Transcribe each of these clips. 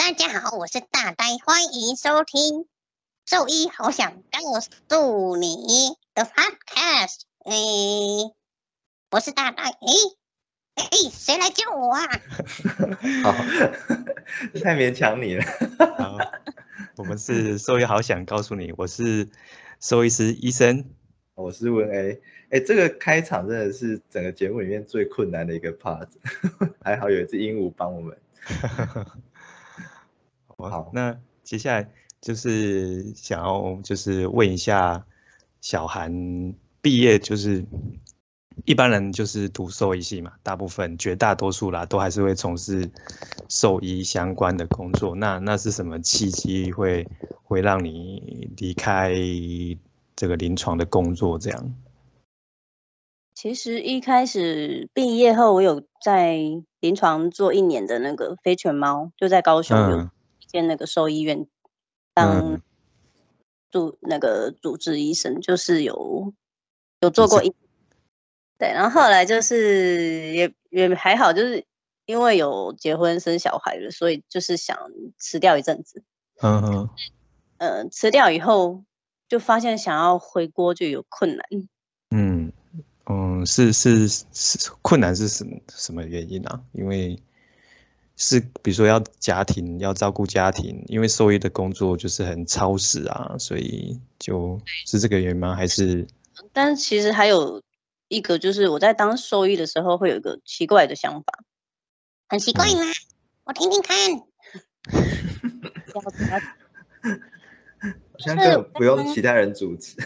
大家好，我是大呆，欢迎收听兽医好想告诉你的 podcast。我是大呆，谁来救我啊？ 好，太勉强你了。 好，我们是兽医好想告诉你，我是兽医师医生， 我是文 A。这个开场真的是整个节目里面最困难的一个 part， 还好有一只鹦鹉帮我们。 好，那接下来就是想要就是问一下小韩毕业就是一般人就是读兽医系嘛，大部分绝大多数啦都还是会从事兽医相关的工作。那是什么契机会让你离开这个临床的工作这样？ 其实一开始毕业后，我有在临床做1年的那个非犬猫，就在高雄有一间那个兽医院当那个主治医生，就是有做过对，然后后来就是也还好，就是因为有结婚生小孩了，所以就是想辞掉一阵子。辞掉以后就发现想要回国就有困难。 是困难是什么原因啊？因为是比如说要照顾家庭，因为兽医的工作就是很超时啊，所以就是这个原因吗？还是？ 但其实还有一个就是我在当兽医的时候会有一个奇怪的想法。 很奇怪吗？我听听看。 好像根本不用其他人主持。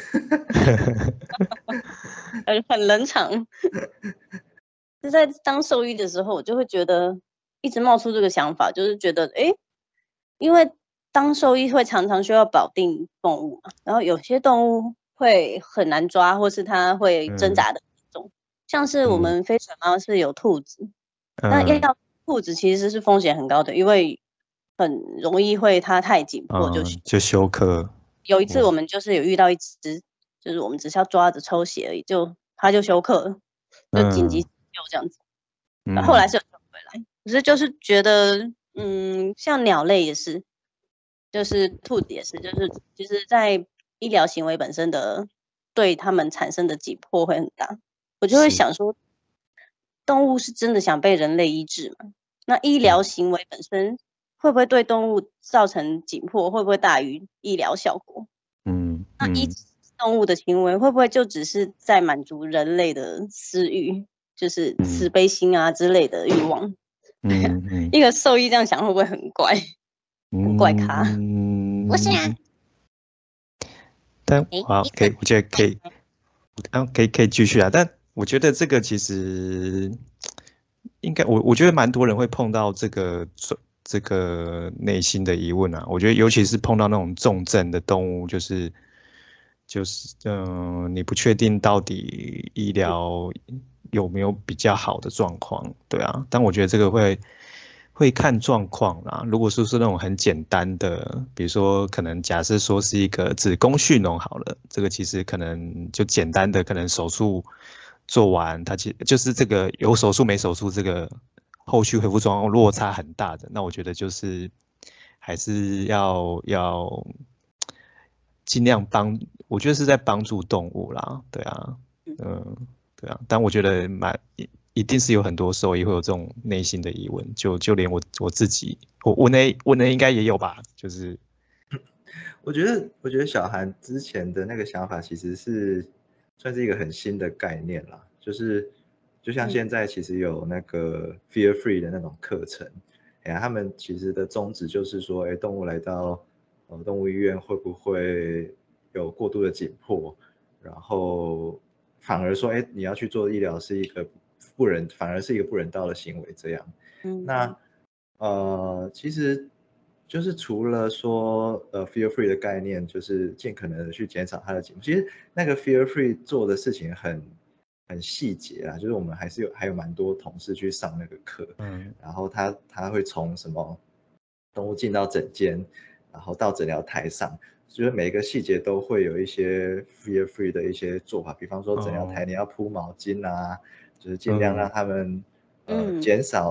很冷场。就在当兽医的时候，我就会觉得一直冒出这个想法，就是觉得因为当兽医会常常需要保定动物嘛，然后有些动物会很难抓，或是它会挣扎的那种，像是我们非犬猫是有兔子，那要兔子其实是风险很高的，因为很容易会它太紧迫就休克。 有一次我们就是有遇到一只，就是我们只是要抓着抽血而已，它就休克了，就紧急救这样子。后来是有救回来，可是就是觉得，像鸟类也是，就是兔子也是，就是在医疗行为本身的对他们产生的紧迫会很大。我就会想说，动物是真的想被人类医治吗？那医疗行为本身会不会对动物造成紧迫？会不会大于医疗效果？那医治动物的行为会不会就只是在满足人类的私欲，就是慈悲心啊之类的欲望？一个兽医这样想会不会很怪？很怪咖？ 不是啊。 但好，可以，我觉得可以，可以继续啊。但我觉得这个其实应该，我觉得蛮多人会碰到这个内心的疑问啊。我觉得尤其是碰到那种重症的动物，就是你不确定到底医疗有没有比较好的状况，对啊。但我觉得这个会看状况啦。如果说是那种很简单的，比如说可能假设说是一个子宫蓄脓好了，这个其实可能就简单的，可能手术做完，它其实就是这个有手术没手术这个后续恢复状况落差很大的，那我觉得就是还是要尽量我觉得是在帮助动物啦，对啊，对啊，但我觉得一定是有很多兽医会有这种内心的疑问，就连我自己，我问的应该也有吧，就是， 我觉得小韩之前的那个想法其实算是一个很新的概念啦，就像现在其实有那个 Fear Free 的那种课程，他们其实的宗旨就是说，动物来到动物医院会不会有过度的紧迫，然后反而说，你要去做医疗是一个反而是一个不人道的行为这样。那其实就是除了说fear free 的概念，就是尽可能的去减少它的紧迫。其实那个 fear free 做的事情很细节啊，就是我们还有蛮多同事去上那个课，然后他会从什么动物进到诊间，然后到诊疗台上，就是每一个细节都会有一些 fear free 的一些做法，比方说诊疗台你要铺毛巾啊，就是尽量让他们减少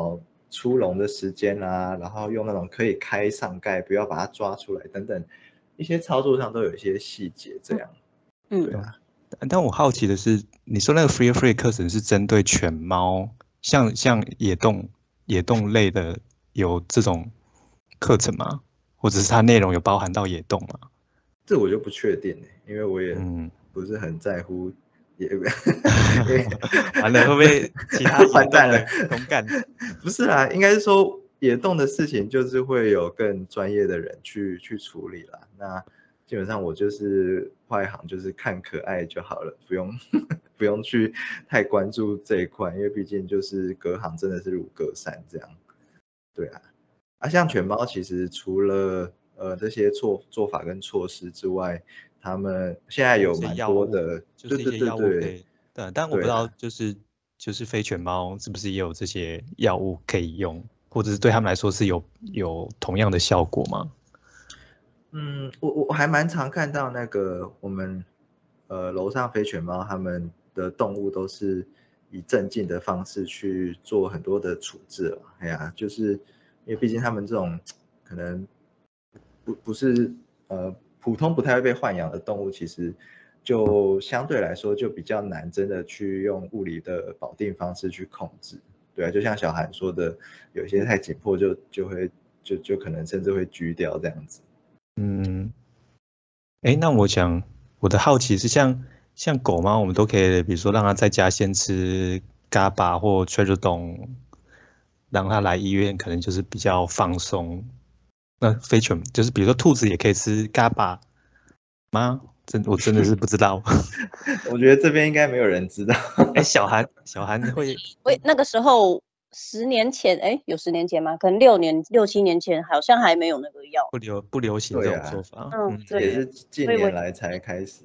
出笼的时间啊，然后用那种可以开上盖，不要把它抓出来等等，一些操作上都有一些细节这样。对啊。 但我好奇的是，你说那个 Fear Free 课程是针对犬猫，像野动类的有这种课程吗？或者是它内容有包含到野动吗？ 这我就不确定因为我也不是很在乎也完了会不会其他完蛋了同感？ 不是啦，应该是说野动的事情就是会有更专业的人去处理啦。那基本上我就是外行，就是看可爱就好了，不用去太关注这一块，因为毕竟就是隔行真的是如隔山这样。对啊，像犬猫其实除了这些做法跟措施之外，他们现在有蛮多的， 就是一些药物对，但我不知道就是非犬猫是不是也有这些药物可以用，或者是对他们来说是有同样的效果吗？ 我还蛮常看到那个我们楼上非犬猫他们的动物都是以镇静的方式去做很多的处置了。哎呀，就是因为毕竟他们这种可能不是普通不太会被豢养的动物，其实就相对来说就比较难真的去用物理的保定方式去控制。对啊，就像小韩说的，有些太紧迫就可能甚至会狙掉这样子。 那我的好奇是像狗猫，我们都可以，比如说让它在家先吃嘎巴或 Treasure Don，让它来医院可能就是比较放松。那非犬就是比如说兔子也可以吃嘎巴吗？我真的是不知道。 我觉得这边应该没有人知道。 小韩会， 那个时候10年前，有10年前吗？可能6、7年前，好像还没有那个药， 不流行这种做法。 这也是近年来才开始。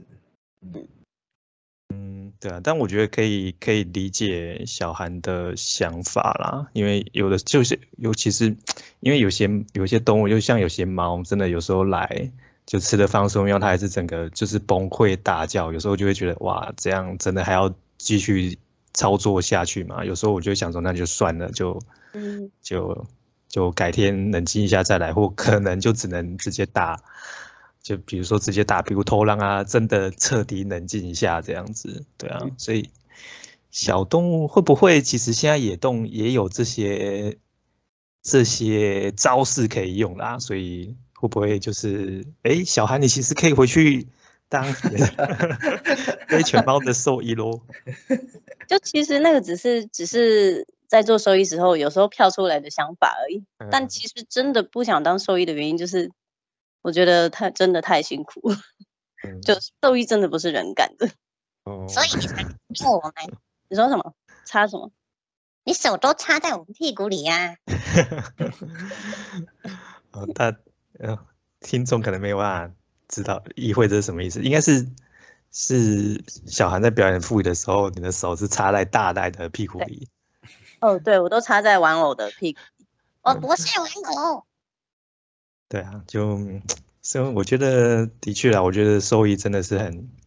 对啊，但我觉得可以理解小韩的想法啦，因为有的就是尤其是因为有些动物，就像有些猫，真的有时候来就吃的放松药，它还是整个就是崩溃大叫，有时候就会觉得哇，这样真的还要继续操作下去嘛？有时候我就想说那就算了，就改天冷静一下再来，或可能就只能直接打。就比如说直接打屁股头，让它真的彻底冷静一下，这样子，对啊，所以小动物会不会其实现在野动也有这些招式可以用啦？所以会不会就是小韩你其实可以回去当非犬猫的兽医咯？ 就其实那个只是在做兽医时候有时候跳出来的想法而已，但其实真的不想当兽医的原因就是。我觉得真的太辛苦了，就兽医真的不是人干的。 所以你才做我们。 你说什么？插什么？ 你手都插在我们屁股里呀。 听众可能没有办法知道意会这是什么意思，应该是小韩在表演腹语的时候，你的手是插在大袋的屁股里。 对，我都插在玩偶的屁股里。 我不是玩偶。 对啊，所以我觉得的确啊，我觉得兽医真的是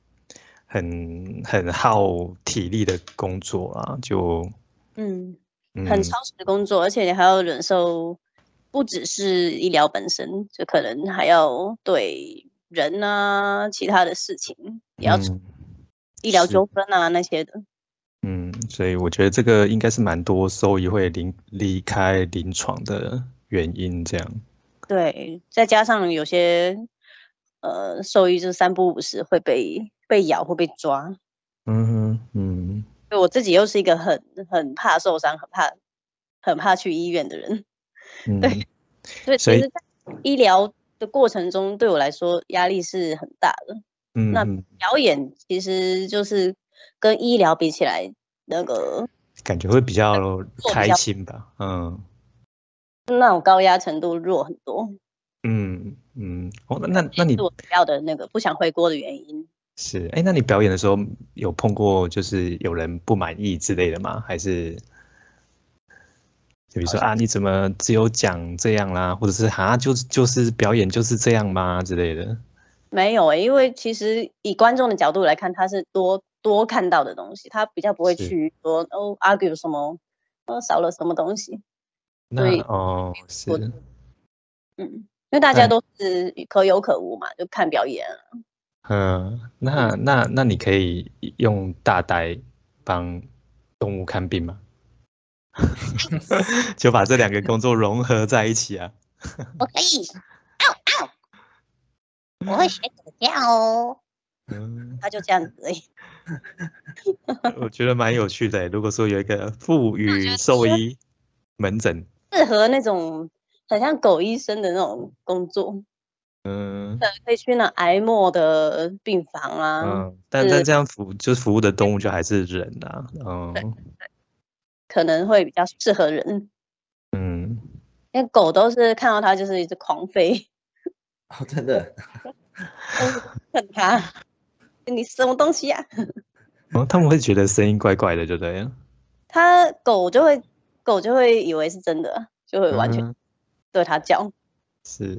很耗体力的工作啊， 很超时的工作，而且你还要忍受，不只是医疗本身，就可能还要对人啊，其他的事情也要医疗纠纷啊那些的。 所以我觉得这个应该是蛮多兽医会离开临床的原因，这样。 对，再加上有些兽医就是3不5时会被咬或被抓。我自己又是一个很怕受伤、很怕去医院的人。对，所以其实在医疗的过程中，对我来说压力是很大的。那表演其实就是跟医疗比起来，那个感觉会比较开心吧。 那种高压程度弱很多。 那你我主要的那个不想回锅的原因是那你表演的时候有碰过就是有人不满意之类的吗？还是就比如说你怎么只有讲这样啦，或者是就是表演就是这样吗之类的？ 没有因为其实以观众的角度来看，他是多看到的东西，他比较不会去说argue 什么少了什么东西。 那所以是， 因为大家都是可有可无嘛，就看表演啊。 那你可以用大呆帮动物看病吗？就把这两个工作融合在一起啊。 我可以，我会学狗叫哦。 他就这样子而已。 我觉得蛮有趣的。如果说有一个妇语兽医门诊， 适合那种很像狗医生的那种工作。可以去那癌末的病房啊。 但这样服务的动物就还是人啊。 可能会比较适合人。因为狗都是看到它就是一直狂吠。 真的。 恨它，你什么东西啊？ 他们会觉得声音怪怪的，就对了。 狗就会以为是真的，就会完全对它叫。 是，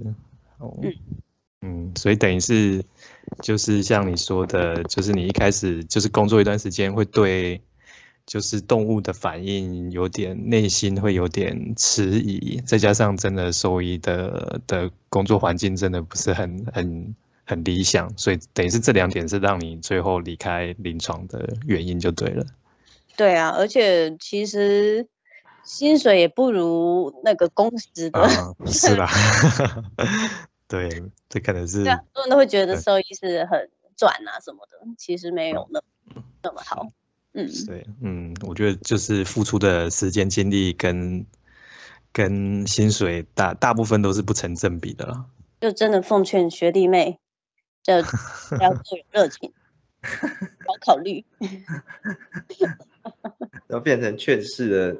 所以等于是就是像你说的，就是你一开始就是工作一段时间，会对就是动物的反应有点内心会有点迟疑，再加上真的兽医的工作环境真的不是很理想，所以等于是这两点是让你最后离开临床的原因就对了。 对啊，而且其实薪水也不如那个公司的。 是啦。对，这可能是对啊，很多人都会觉得兽医是很赚啊什么的，其实没有那么好。 对，我觉得就是付出的时间精力跟薪水大部分都是不成正比的啦。 就真的奉劝学弟妹，就要做有热情，好考虑。 要变成劝世的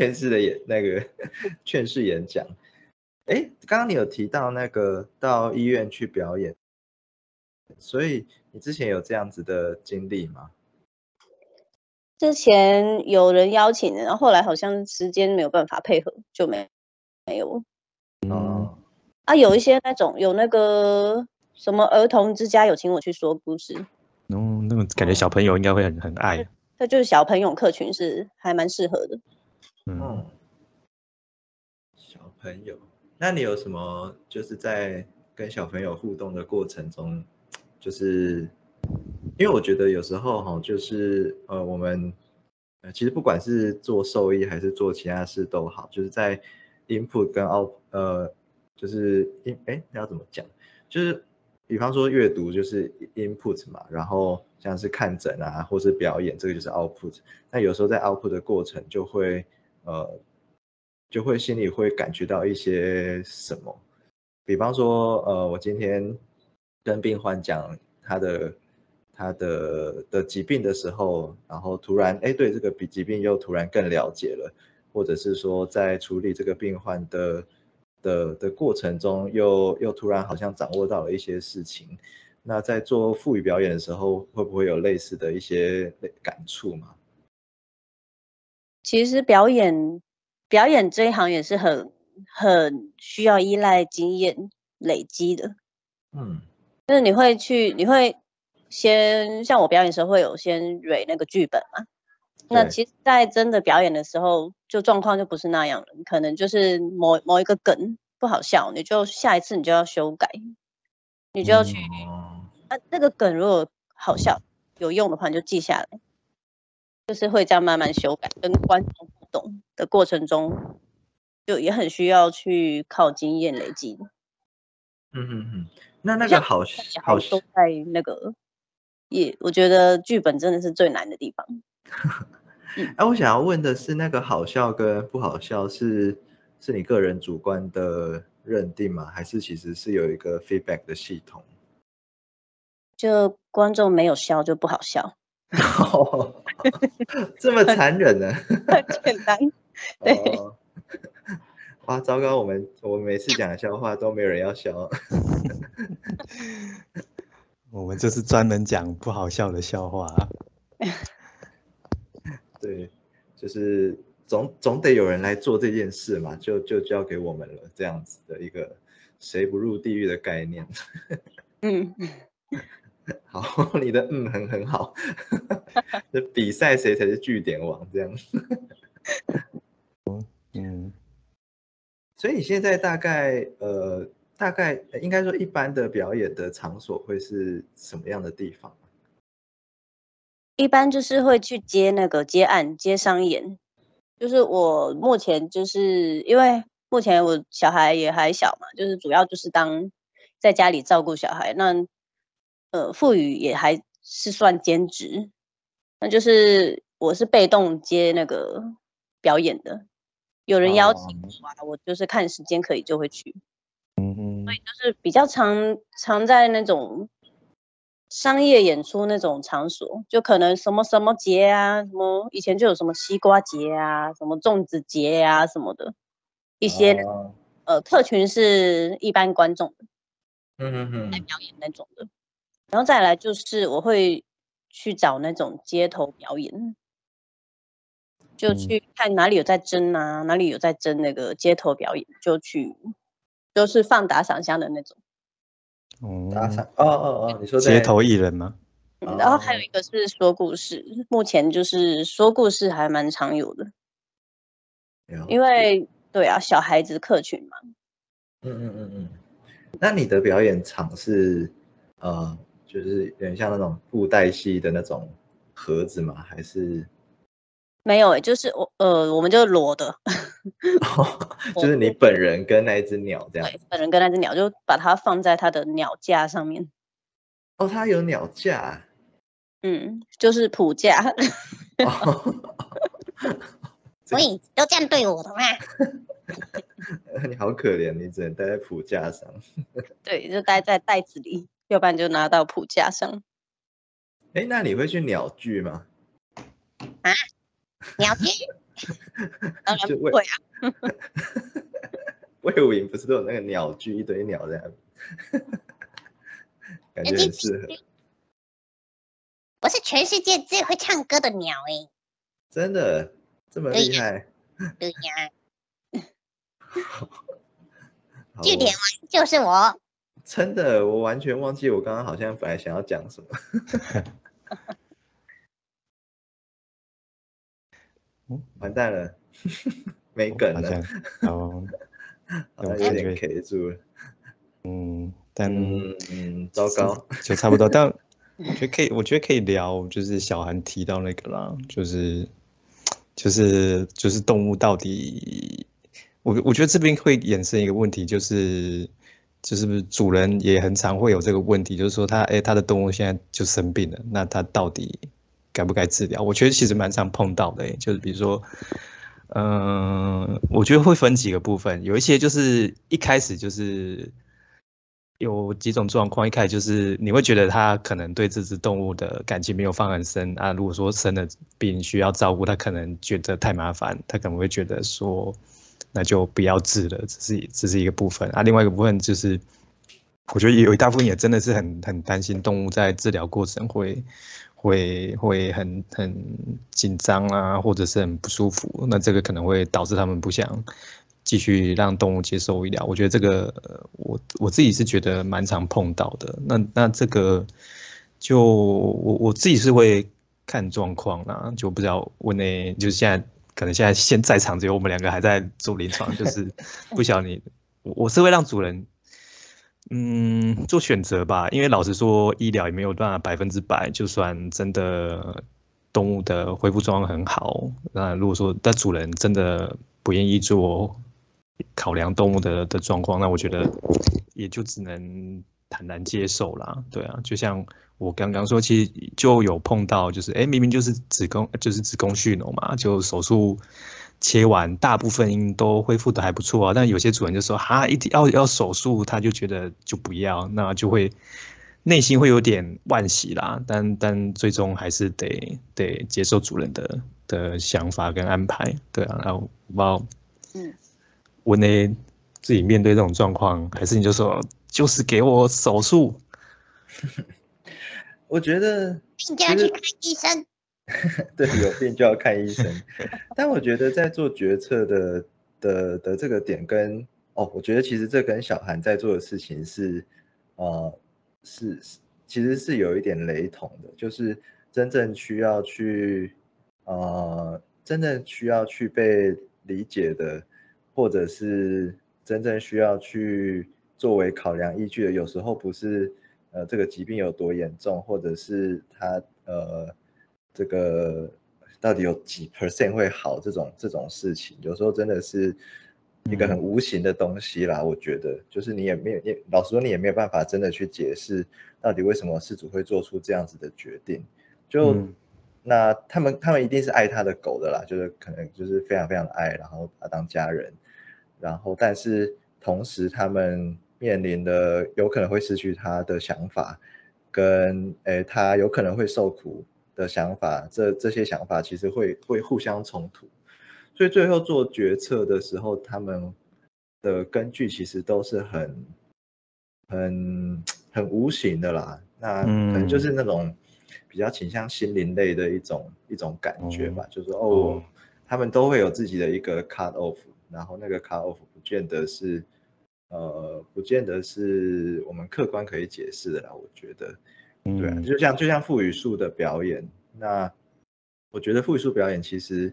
劝世演讲。刚刚你有提到那个到医院去表演，所以你之前有这样子的经历吗？ 之前有人邀请的，然后后来好像时间没有办法配合，就没有。有一些那种有那个什么儿童之家有请我去说故事。 那个感觉小朋友应该会很爱。 这就是小朋友客群是还蛮适合的。 小朋友，那你有什么就是在跟小朋友互动的过程中，就是因为我觉得有时候就是我们其实不管是做兽医还是做其他事都好，就是在 input 跟就是要怎么讲？就是比方说阅读就是 input 嘛，然后像是看诊啊，或是表演，这个就是 output。那有时候在 output 的过程就会心里会感觉到一些什么，比方说我今天跟病患讲他的疾病的时候，然后突然对这个疾病又突然更了解了，或者是说在处理这个病患的过程中又突然好像掌握到了一些事情。那在做腹语表演的时候，会不会有类似的一些感触吗？ 其实表演这一行也是很需要依赖经验累积的。就是你会先像我表演的时候会有先蕊那个剧本嘛。那其实在真的表演的时候，就状况就不是那样了，可能就是某一个梗不好笑，你就下一次你就要修改，你就要去那个梗如果好笑有用的话，你就记下来，就是会这样慢慢修改，跟观众互动的过程中，就也很需要去靠经验累积。 那个好都在那个我觉得剧本真的是最难的地方。 我想要问的是，那个好笑跟不好笑是你个人主观的认定吗？还是其实是有一个 feedback 的系统？ 就观众没有笑就不好笑。 这么残忍呢？ 很简单。对。 哇，糟糕，我们每次讲笑话都没有人要笑。 我们就是专门讲不好笑的笑话。 对，就是总得有人来做这件事嘛，就交给我们了，这样子的一个谁不入地狱的概念。好，你的很好。这比赛谁才是句点王这样。 所以你现在大概应该说一般的表演的场所会是什么样的地方？ 一般就是会去接那个接案接商演，就是我目前就是因为目前我小孩也还小嘛，就是主要就是当在家里照顾小孩，那副语也还是算兼职，那就是我是被动接那个表演的，有人邀请我啊，我就是看时间可以就会去，所以就是比较常在那种商业演出那种场所，就可能什么什么节啊，什么以前就有什么西瓜节啊，什么粽子节啊什么的，一些客群是一般观众来表演那种的。然后再来就是我会去找那种街头表演，就去看哪里有在争啊，哪里有在争那个街头表演，就去就是放打赏箱的那种。 打赏你说街头艺人吗？ 然后还有一个是说故事，目前就是说故事还蛮常有的，因为对啊，小孩子客群嘛。 那你的表演场是就是有点像那种布袋戏的那种盒子吗？还是？ 没有就是我们就裸的， 就是你本人跟那一只鸟这样子。 对，本人跟那只鸟就把它放在它的鸟架上面。 哦，它有鸟架。 就是谱架。 所以都这样对我的吗？ 你好可怜，你只能待在谱架上。 对，就待在袋子里，要不然就拿到谱架上。 那你会去鸟剧吗？ 啊，鸟剧？ 当然不会啊。 魏武营不是都有那个鸟剧，一堆鸟在那边，感觉很适合。 我是全世界最会唱歌的鸟真的这么厉害？ 对呀， 好据点王就是我。 真的，我完全忘记我刚刚好像本来想要讲什么。完蛋了，没梗了。好像有点 K 住了。糟糕， 就差不多。但我觉得可以聊，就是小韩提到那个啦，就是动物到底，我觉得这边会衍生一个问题，就是主人也很常会有这个问题，就是说他的动物现在就生病了，那他到底该不该治疗？我觉得其实蛮常碰到的，就是比如说。我觉得会分几个部分，有一些就是一开始就是有几种状况，一开始就是你会觉得他可能对这只动物的感情没有放很深啊，如果说生了病需要照顾，他可能觉得太麻烦，他可能会觉得说那就不要治了，这是一个部分啊，另外一个部分就是我觉得有一大部分也真的是很担心动物在治疗过程会很紧张啊，或者是很不舒服，那这个可能会导致他们不想继续让动物接受医疗。我觉得这个我自己是觉得蛮常碰到的。那这个就我自己是会看状况啦，就不知道问就是可能现在场只有我们两个还在做临床，就是不晓得我是会让主人。做选择吧，因为老实说，医疗也没有办法100%，就算真的动物的恢复状况很好，那如果说但主人真的不愿意做考量动物的状况，那我觉得也就只能坦然接受啦。对啊，就像我刚刚说，其实就有碰到，就是明明就是子宫蓄脓嘛，就手术。切完大部分都恢复的还不错啊，但有些主人就说一定要手术，他就觉得就不要，那就会内心会有点惋惜啦，但最终还是得接受主人的想法跟安排，对啊，然后我我呢自己面对这种状况，还是你就说就是给我手术， 我觉得病就要去看医生。 对，有病就要看医生。但我觉得在做决策的这个点跟我觉得其实这跟小韩在做的事情其实是有一点雷同的，就是真正需要去被理解的，或者是真正需要去作为考量依据的，有时候不是这个疾病有多严重，或者是它这个到底有几%会好这种事情，有时候真的是一个很无形的东西啦。我觉得就是你也没有，老实说你也没有办法真的去解释到底为什么饲主会做出这样子的决定。那他们一定是爱他的狗的啦，就是可能就是非常非常的爱，然后把他当家人，然后但是同时他们面临的有可能会失去他的想法，跟他有可能会受苦的想法，这些想法其实会互相冲突，所以最后做决策的时候，他们的根据其实都是很无形的啦。那可能就是那种比较倾向心灵类的一种感觉吧，就是说他们都会有自己的一个 cut off， 然后那个 cut off 不见得是我们客观可以解释的啦，我觉得。对啊，就像腹语术的表演，那我觉得腹语术表演其实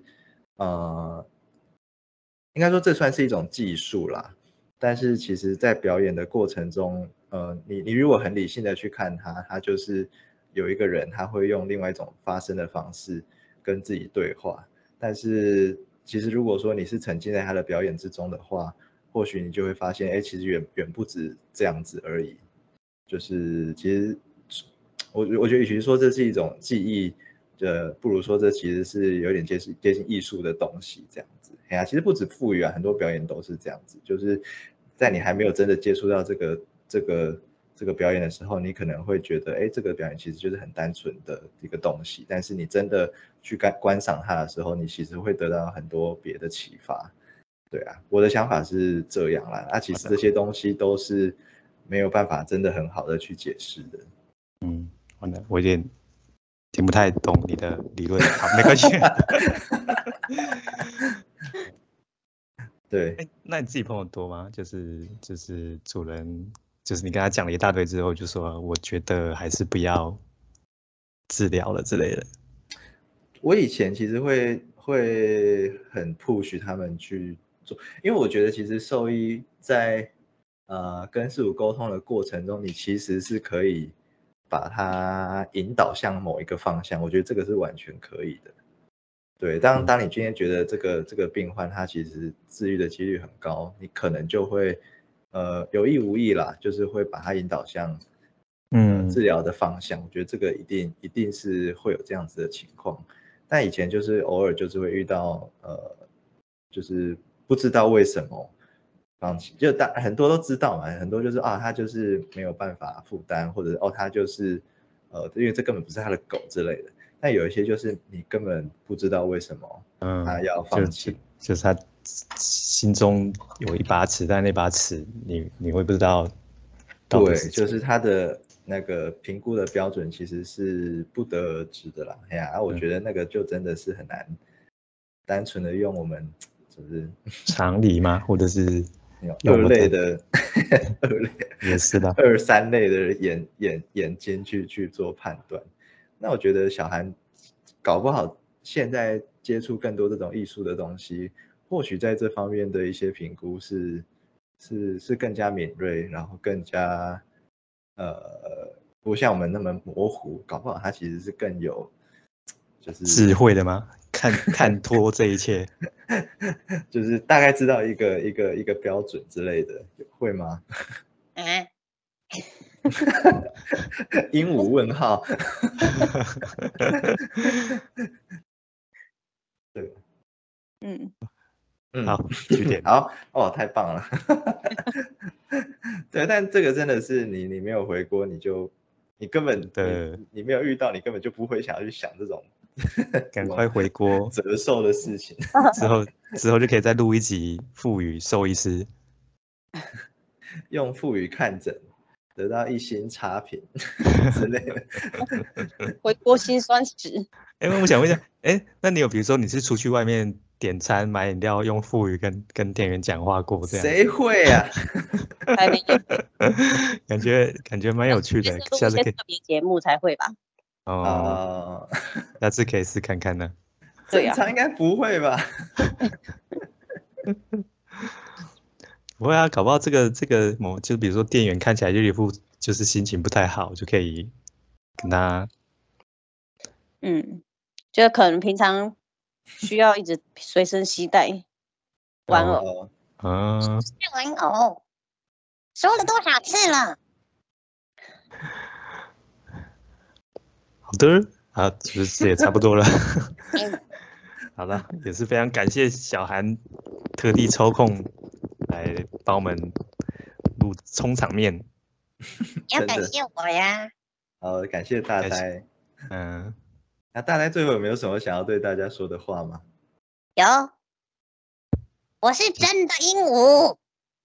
应该说这算是一种技术啦，但是其实在表演的过程中，你如果很理性的去看它就是有一个人他会用另外一种发声的方式跟自己对话，但是其实如果说你是沉浸在他的表演之中的话，或许你就会发现其实远不止这样子而已，就是其实我觉得与其说这是一种技艺，不如说这其实是有点接近艺术的东西这样子。其实不止腹语啊，很多表演都是这样子，就是在你还没有真的接触到这个表演的时候，你可能会觉得这个表演其实就是很单纯的一个东西，但是你真的去观赏它的时候，你其实会得到很多别的启发。对啊，我的想法是这样啦。其实这些东西都是没有办法真的很好的去解释的。 我有点听不太懂你的理论，好，没关系。 对， 那你自己朋友多吗？就是主人，就是你跟他讲了一大堆之后，就说我觉得还是不要治疗了之类的。 我以前其实会很 push 他们去做，因为我觉得其实兽医在跟饲主沟通的过程中，你其实是可以把它引导向某一个方向，我觉得这个是完全可以的。对，当你今天觉得这个病患他其实治愈的几率很高，你可能就会有意无意啦，就是会把它引导向治疗的方向。我觉得这个一定是会有这样子的情况。但以前就是偶尔就是会遇到就是不知道为什么放弃，就很多都知道嘛，很多就是他就是没有办法负担，或者他就是因为这根本不是他的狗之类的。但有一些就是你根本不知道为什么他要放弃， 就是他心中有一把尺，但那把尺你会不知道。 对，就是他的那个评估的标准其实是不得而知的啦。我觉得那个就真的是很难单纯的用我们就是常理吗？或者是二类的也是的 2、3类的眼睛去做判断。那我觉得小韩搞不好现在接触更多这种艺术的东西，或许在这方面的一些评估是更加敏锐，然后更加不像我们那么模糊，搞不好他其实是更有就是智慧的吗？看脱这一切， 就是大概知道一个标准之类的，会吗？鹦鹉问号。对， 好，据点， 好太棒了。对，但这个真的是你没有回国，你根本你没有遇到，你根本就不会想要去想这种赶快回国折寿的事情。 之后就可以再录一集腹语兽医师， 用腹语看诊得到1星差评之类的。 回锅辛酸史。 我想问一下，那你有比如说你是出去外面点餐买饮料用腹语跟店员讲话过这样？ 谁会啊？ 还没有。 感觉蛮有趣的，下次可以特别节目才会吧？ 下次可以试看看呢。 正常应该不会吧？ 不会啊，搞不好这个就比如说店员看起来就一副就是心情不太好，就可以跟他， 就可能平常需要一直随身携带玩偶。 玩偶，说了多少次了？ 好的，好，就是也差不多了。好了，也是非常感谢小韩特地抽空来帮我们录充场面。 要感谢我呀。 好，感谢大呆。那大呆最后有没有什么想要对大家说的话吗？ 有，我是真的鹦鹉。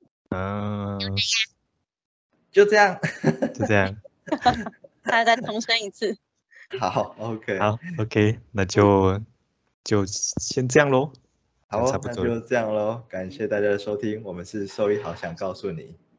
就这样。 就这样。 他再重申一次。 好 ，OK。 好 ，OK， 那就先这样咯。 好，那就这样咯。感谢大家的收听，我们是兽医好想告诉你。